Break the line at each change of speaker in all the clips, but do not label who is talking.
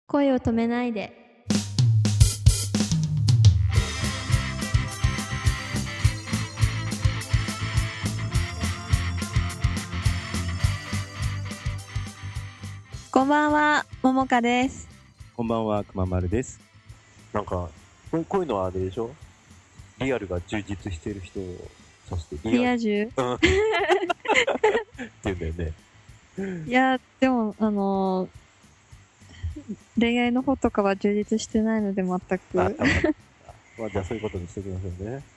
声を止めないで。こんばんは、ももかです。
こんばんは、くままるです。
なんかこういうのはあれでしょ、リアルが充実している人を指して
リア充
って言うんだよね。
いや、でも恋愛の方とかは充実してないので全く。
まあ、じゃあそういうことにしておきましょうね。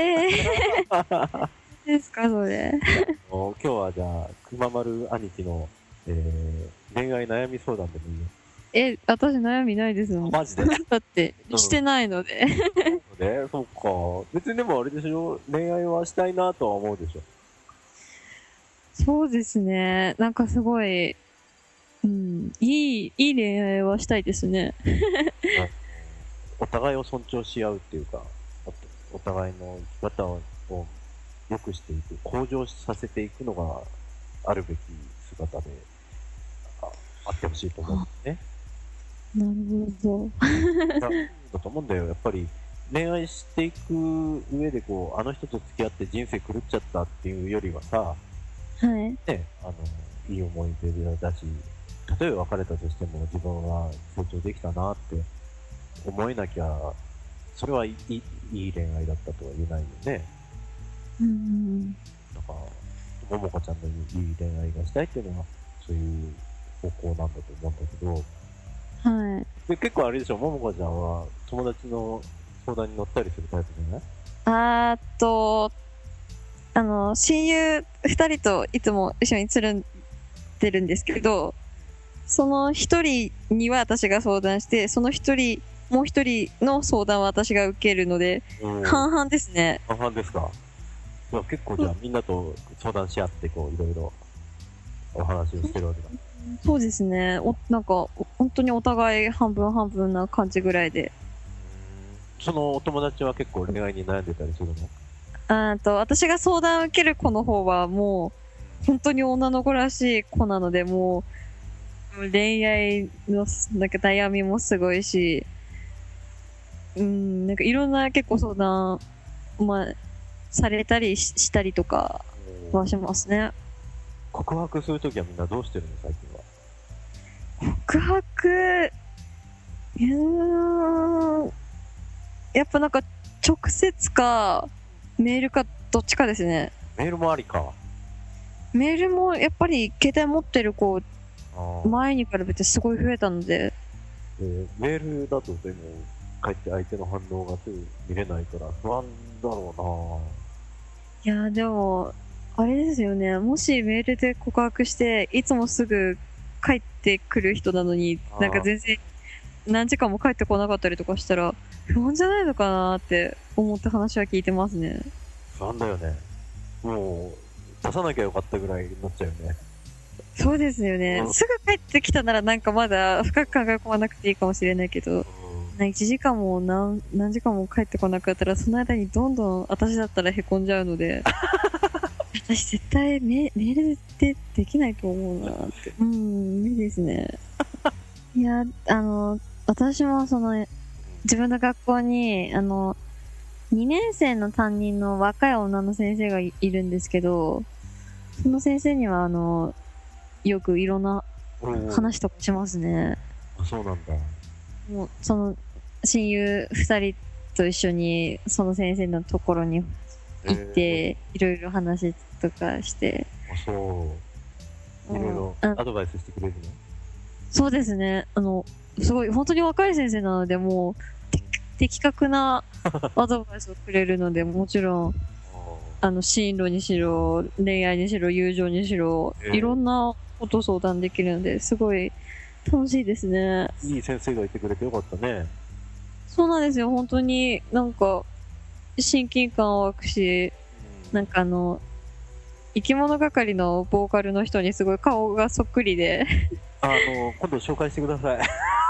ですかそれ。
今日はじゃあくままる兄貴の、恋愛悩み相談でもいいよ。
私悩みないですもん。
マジで
だってしてないので。
そうか。別にでもあれでしょ、恋愛はしたいなとは思うでしょ。
そうですね。なんかすごい、いい恋愛はしたいですね。
お互いを尊重し合うっていうか、お互いの生き方を良くしていく、向上させていくのがあるべき姿であってほしいと思うんですね。
なるほ
だと思うんだよ。やっぱり恋愛していく上であの人と付き合って人生狂っちゃったっていうよりはさ、
ど。はい。
ね、いい思い出だし、例えば別れたとしても自分は成長できたなって思えなきゃ、それはいい恋愛だったとは言えないよね。なんか、ももかちゃんのいい恋愛がしたいっていうのは、そういう方向なんだと思うんだけど、
はい。
で結構あれでしょ、ももかちゃんは友達の相談に乗ったりするタイプじゃない？
親友2人といつも一緒につるんでるんですけど、その1人には私が相談して、そのもう1人の相談は私が受けるので、半々ですね。
半々ですか？いや結構じゃあみんなと相談し合っていろいろお話をしてるわけだ。
そうですね。なんか本当にお互い半分半分な感じぐらいで。
そのお友達は結構恋愛に悩んでたりするの？
私が相談を受ける子の方はもう本当に女の子らしい子なので、もう恋愛のなんか悩みもすごいし、なんかいろんな結構相談、されたりしたりとかはしますね。
告白するときはみんなどうしてるの最近は？
告白、やっぱなんか直接かメールかどっちかですね。
メールもありか。
メールもやっぱり携帯持ってる子前に比べてすごい増えたので、
メールだとでもかえって相手の反応がすぐ見れないから不安だろ
いやでもあれですよね、もしメールで告白していつもすぐ帰ってくる人なのに、なんか全然何時間も帰ってこなかったりとかしたら不安じゃないのかなって思って話は聞いてますね。
不安だよね。もう出さなきゃよかったぐらいになっちゃうよね。
そうですよね、すぐ帰ってきたならなんかまだ深く考え込まなくていいかもしれないけど、1時間も何時間も帰ってこなかったら、その間にどんどん私だったらへこんじゃうので私絶対メールでできないと思うなって。無理ですね。いや、私も自分の学校に2年生の担任の若い女の先生がいるんですけど、その先生にはよくいろんな話とかしますね。
そうなんだ。
もうその親友2人と一緒にその先生のところに行っていろいろ話とかして。
そういろいろアドバイスしてくれるの？
そうですね。すごい本当に若い先生なので、もう的確なアドバイスをくれるので、もちろん進路にしろ恋愛にしろ友情にしろ、いろんなことを相談できるので、すごい楽しいですね。
いい先生がいてくれてよかったね。
そうなんですよ。本当になんか親近感湧くし、なんか生き物係のボーカルの人にすごい顔がそっくりで
今度紹介してください。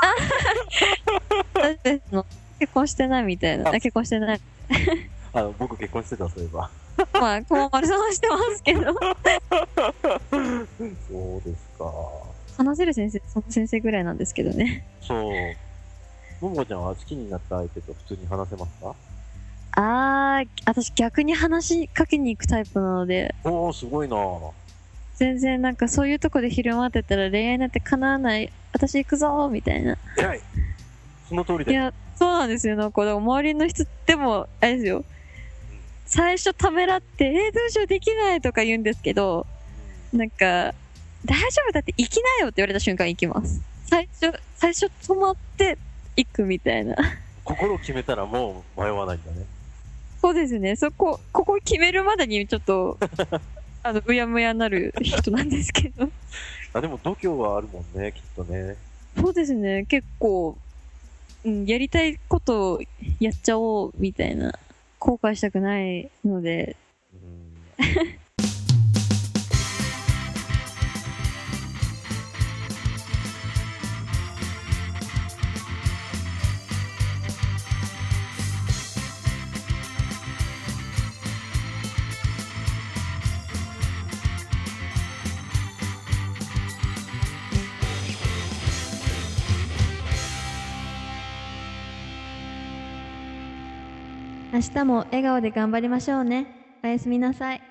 結婚してないみたいな。結婚してない。
僕結婚してた、そういえば。
まあ、こう丸さんはしてますけど。
そうですか。
話せる先生、その先生ぐらいなんですけどね。
そう。ももちゃんは好きになった相手と普通に話せますか？
私逆に話しかけに行くタイプなので、
おー、すごいなぁ。
全然なんかそういうとこで昼間ってたら恋愛なんて叶わない、私行くぞーみたいな。
偉い。その通りだよ。
いや、そうなんですよ。なんか、周りの人でも、あれですよ。最初ためらって、どうしようできないとか言うんですけど、なんか、大丈夫だって行きなよって言われた瞬間行きます。最初止まって行くみたいな。
心を決めたらもう迷わないんだね。
そうですね。ここ決めるまでにちょっと、うやむやなる人なんですけど。
あ、でも度胸はあるもんね、きっとね。
そうですね。結構、やりたいことをやっちゃおうみたいな。後悔したくないので。明日も笑顔で頑張りましょうね。おやすみなさい。